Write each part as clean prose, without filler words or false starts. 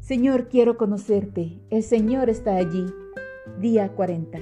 Señor, quiero conocerte. El Señor está allí. Día 40.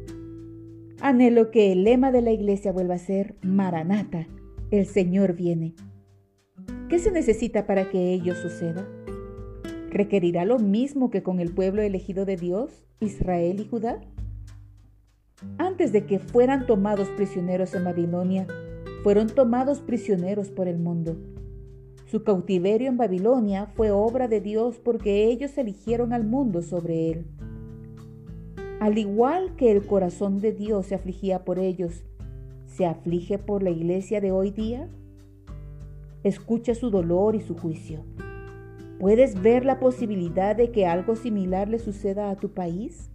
Anhelo que el lema de la iglesia vuelva a ser Maranata, el Señor viene. ¿Qué se necesita para que ello suceda? ¿Requerirá lo mismo que con el pueblo elegido de Dios, Israel y Judá? Antes de que fueran tomados prisioneros en Babilonia, fueron tomados prisioneros por el mundo. Su cautiverio en Babilonia fue obra de Dios porque ellos eligieron al mundo sobre él. Al igual que el corazón de Dios se afligía por ellos, ¿se aflige por la iglesia de hoy día? Escucha su dolor y su juicio. ¿Puedes ver la posibilidad de que algo similar le suceda a tu país?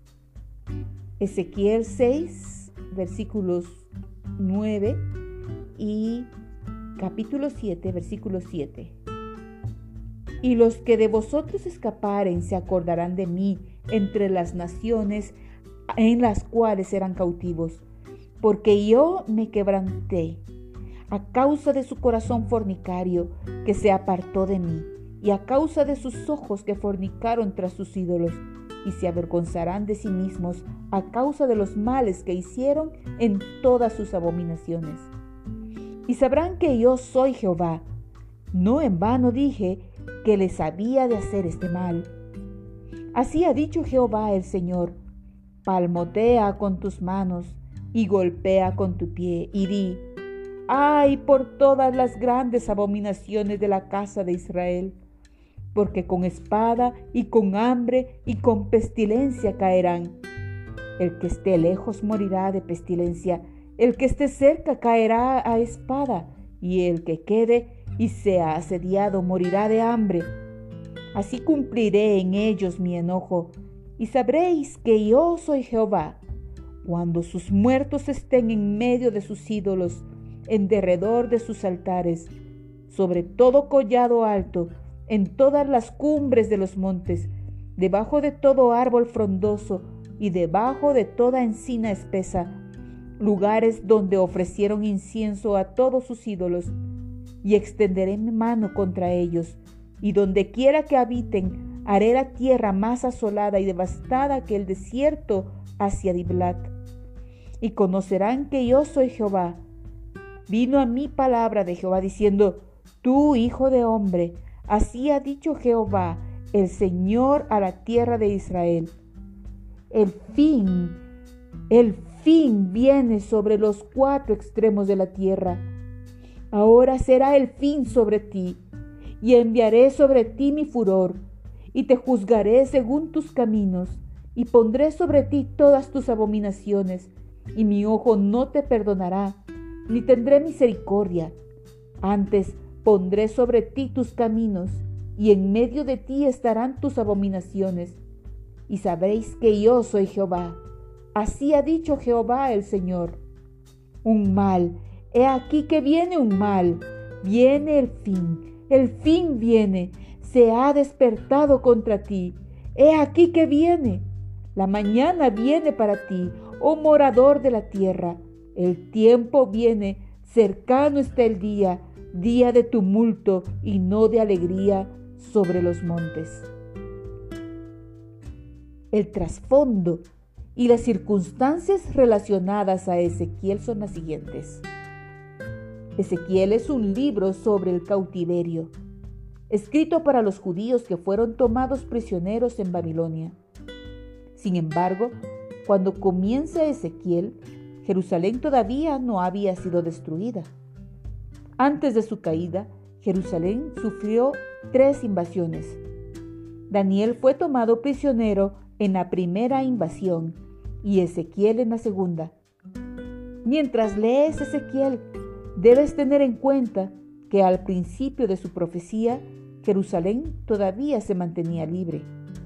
Ezequiel 6, versículos 9 y capítulo 7, versículo 7. Y los que de vosotros escaparen se acordarán de mí entre las naciones en las cuales eran cautivos, porque yo me quebranté a causa de su corazón fornicario que se apartó de mí, y a causa de sus ojos que fornicaron tras sus ídolos, y se avergonzarán de sí mismos a causa de los males que hicieron en todas sus abominaciones. Y sabrán que yo soy Jehová. No en vano dije que les había de hacer este mal. Así ha dicho Jehová el Señor: palmotea con tus manos y golpea con tu pie y di: ¡ay por todas las grandes abominaciones de la casa de Israel! Porque con espada y con hambre y con pestilencia caerán. El que esté lejos morirá de pestilencia, el que esté cerca caerá a espada, y el que quede y sea asediado morirá de hambre. Así cumpliré en ellos mi enojo, y sabréis que yo soy Jehová, cuando sus muertos estén en medio de sus ídolos, en derredor de sus altares, sobre todo collado alto, en todas las cumbres de los montes, debajo de todo árbol frondoso y debajo de toda encina espesa, lugares donde ofrecieron incienso a todos sus ídolos, y extenderé mi mano contra ellos, y donde quiera que habiten, haré la tierra más asolada y devastada que el desierto hacia Diblat. Y conocerán que yo soy Jehová. Vino a mí palabra de Jehová diciendo: tú, hijo de hombre, así ha dicho Jehová, el Señor, a la tierra de Israel. El fin viene sobre los cuatro extremos de la tierra. Ahora será el fin sobre ti, y enviaré sobre ti mi furor, y te juzgaré según tus caminos, y pondré sobre ti todas tus abominaciones, y mi ojo no te perdonará, ni tendré misericordia. Antes pondré sobre ti tus caminos, y en medio de ti estarán tus abominaciones, y sabréis que yo soy Jehová. Así ha dicho Jehová el Señor. Un mal, he aquí que viene un mal, viene el fin viene, se ha despertado contra ti. He aquí que viene, la mañana viene para ti, oh morador de la tierra. El tiempo viene, cercano está el día, día de tumulto y no de alegría sobre los montes. El trasfondo y las circunstancias relacionadas a Ezequiel son las siguientes. Ezequiel es un libro sobre el cautiverio, escrito para los judíos que fueron tomados prisioneros en Babilonia. Sin embargo, cuando comienza Ezequiel, Jerusalén todavía no había sido destruida. Antes de su caída, Jerusalén sufrió 3 invasiones. Daniel fue tomado prisionero en la primera invasión y Ezequiel en la segunda. Mientras lees Ezequiel, debes tener en cuenta que al principio de su profecía, Jerusalén todavía se mantenía libre.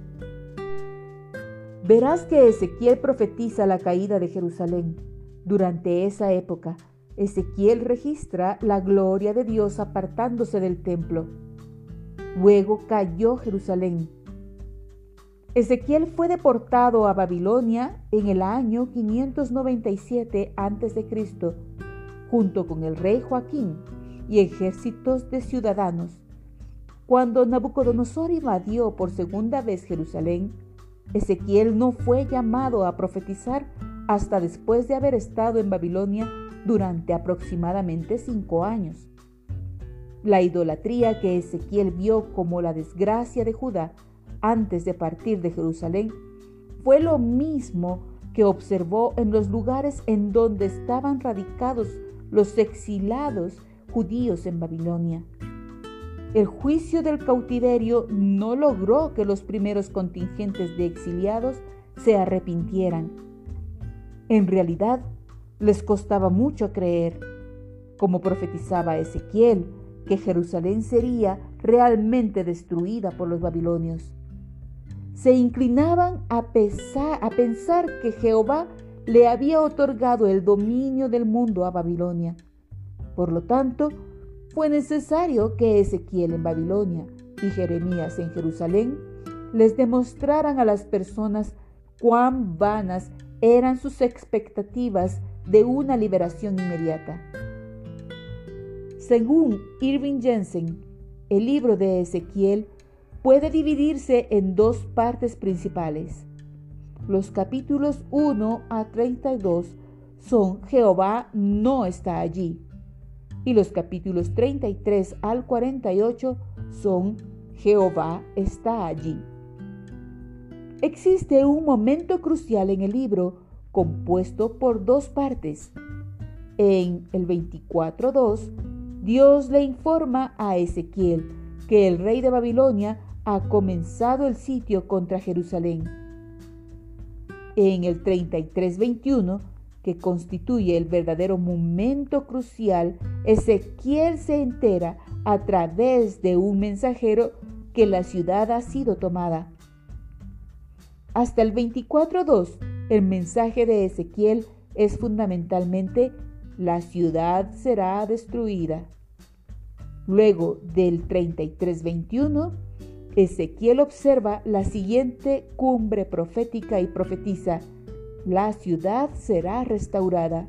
Verás que Ezequiel profetiza la caída de Jerusalén. Durante esa época, Ezequiel registra la gloria de Dios apartándose del templo. Luego cayó Jerusalén. Ezequiel fue deportado a Babilonia en el año 597 a.C., junto con el rey Joaquín y ejércitos de ciudadanos. Cuando Nabucodonosor invadió por segunda vez Jerusalén, Ezequiel no fue llamado a profetizar hasta después de haber estado en Babilonia durante aproximadamente 5 años. La idolatría que Ezequiel vio como la desgracia de Judá antes de partir de Jerusalén fue lo mismo que observó en los lugares en donde estaban radicados los exiliados judíos en Babilonia. El juicio del cautiverio no logró que los primeros contingentes de exiliados se arrepintieran. En realidad, les costaba mucho creer, como profetizaba Ezequiel, que Jerusalén sería realmente destruida por los babilonios. Se inclinaban a pensar que Jehová le había otorgado el dominio del mundo a Babilonia. Por lo tanto, fue necesario que Ezequiel en Babilonia y Jeremías en Jerusalén les demostraran a las personas cuán vanas eran sus expectativas de una liberación inmediata. Según Irving Jensen, el libro de Ezequiel puede dividirse en 2 partes principales. Los capítulos 1 a 32 son Jehová no está allí, y los capítulos 33 al 48 son Jehová está allí. Existe un momento crucial en el libro compuesto por 2 partes. En el 24:2, Dios le informa a Ezequiel que el rey de Babilonia ha comenzado el sitio contra Jerusalén. En el 33:21, que constituye el verdadero momento crucial, Ezequiel se entera a través de un mensajero que la ciudad ha sido tomada. Hasta el 24:2, el mensaje de Ezequiel es fundamentalmente: la ciudad será destruida. Luego del 33:21, Ezequiel observa la siguiente cumbre profética y profetiza: la ciudad será restaurada.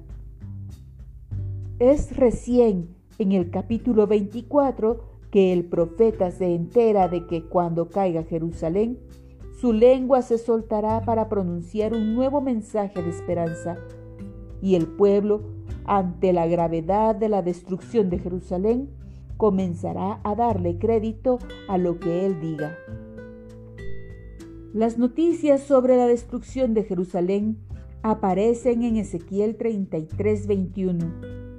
Es recién en el capítulo 24 que el profeta se entera de que cuando caiga Jerusalén, su lengua se soltará para pronunciar un nuevo mensaje de esperanza, y el pueblo, ante la gravedad de la destrucción de Jerusalén, comenzará a darle crédito a lo que él diga. Las noticias sobre la destrucción de Jerusalén aparecen en Ezequiel 33:21.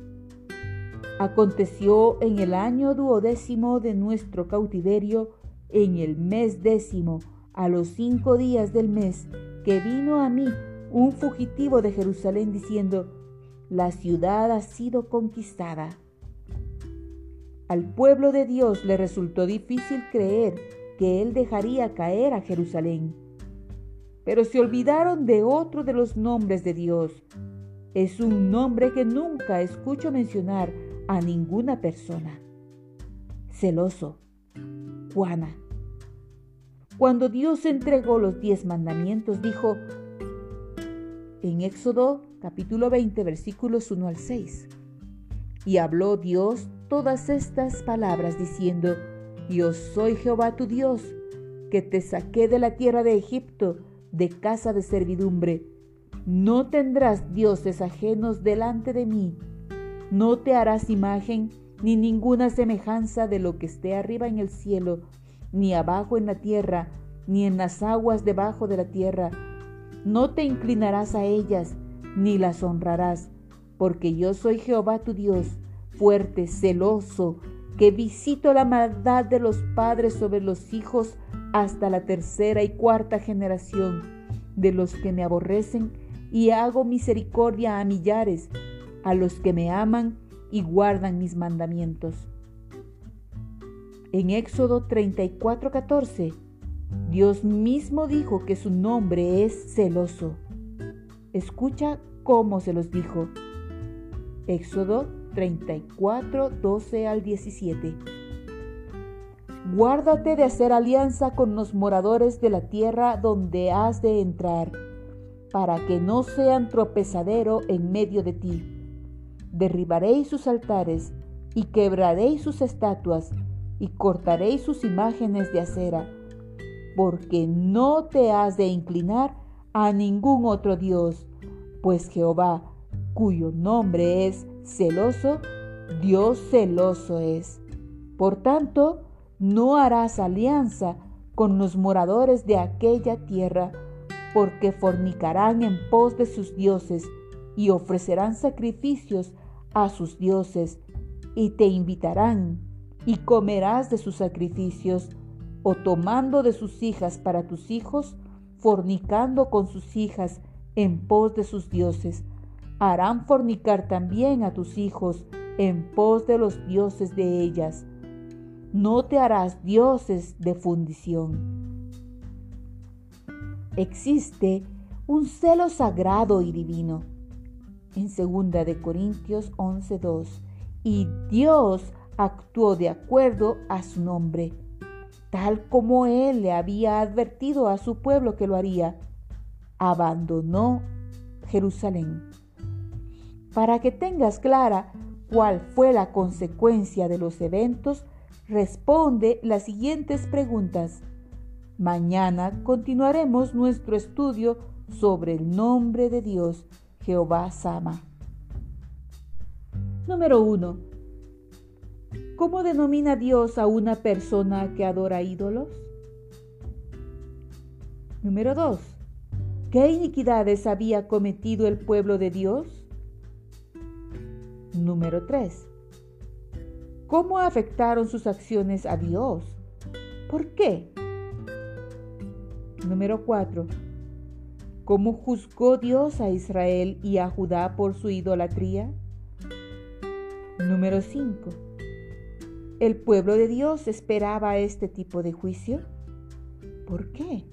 Aconteció en el año 12º de nuestro cautiverio, en el mes 10º, a los 5 días del mes, que vino a mí un fugitivo de Jerusalén diciendo: la ciudad ha sido conquistada. Al pueblo de Dios le resultó difícil creer que él dejaría caer a Jerusalén. Pero se olvidaron de otro de los nombres de Dios. Es un nombre que nunca escucho mencionar a ninguna persona: celoso, Juana. Cuando Dios entregó los 10 mandamientos, dijo en Éxodo capítulo 20, versículos 1 al 6: y habló Dios todas estas palabras diciendo: yo soy Jehová tu Dios, que te saqué de la tierra de Egipto, de casa de servidumbre. No tendrás dioses ajenos delante de mí. No te harás imagen ni ninguna semejanza de lo que esté arriba en el cielo, ni abajo en la tierra, ni en las aguas debajo de la tierra. No te inclinarás a ellas, ni las honrarás, porque yo soy Jehová tu Dios, fuerte, celoso, que visito la maldad de los padres sobre los hijos hasta la 3ª y 4ª generación de los que me aborrecen, y hago misericordia a millares, a los que me aman y guardan mis mandamientos. En Éxodo 34:14, Dios mismo dijo que su nombre es celoso. Escucha cómo se los dijo. Éxodo 34, 12 al 17. Guárdate de hacer alianza con los moradores de la tierra donde has de entrar, para que no sean tropezadero en medio de ti. Derribaréis sus altares y quebraréis sus estatuas, y cortaréis sus imágenes de acera, porque no te has de inclinar a ningún otro Dios, pues Jehová, cuyo nombre es celoso, Dios celoso es. Por tanto, no harás alianza con los moradores de aquella tierra, porque fornicarán en pos de sus dioses y ofrecerán sacrificios a sus dioses, y te invitarán, y comerás de sus sacrificios, o tomando de sus hijas para tus hijos, fornicando con sus hijas en pos de sus dioses. Harán fornicar también a tus hijos en pos de los dioses de ellas. No te harás dioses de fundición. Existe un celo sagrado y divino. En 2 de Corintios 11:2, y Dios actuó de acuerdo a su nombre, tal como Él le había advertido a su pueblo que lo haría. Abandonó Jerusalén. Para que tengas clara cuál fue la consecuencia de los eventos, responde las siguientes preguntas. Mañana continuaremos nuestro estudio sobre el nombre de Dios, Jehová Sama. Número 1. ¿Cómo denomina Dios a una persona que adora ídolos? Número 2. ¿Qué iniquidades había cometido el pueblo de Dios? Número 3. ¿Cómo afectaron sus acciones a Dios? ¿Por qué? Número 4. ¿Cómo juzgó Dios a Israel y a Judá por su idolatría? Número 5. ¿El pueblo de Dios esperaba este tipo de juicio? ¿Por qué?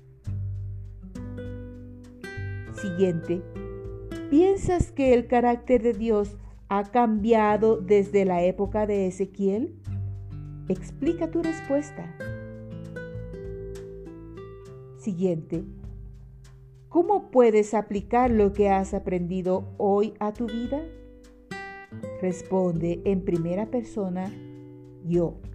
Siguiente. ¿Piensas que el carácter de Dios ha cambiado desde la época de Ezequiel? Explica tu respuesta. Siguiente. ¿Cómo puedes aplicar lo que has aprendido hoy a tu vida? Responde en primera persona, yo.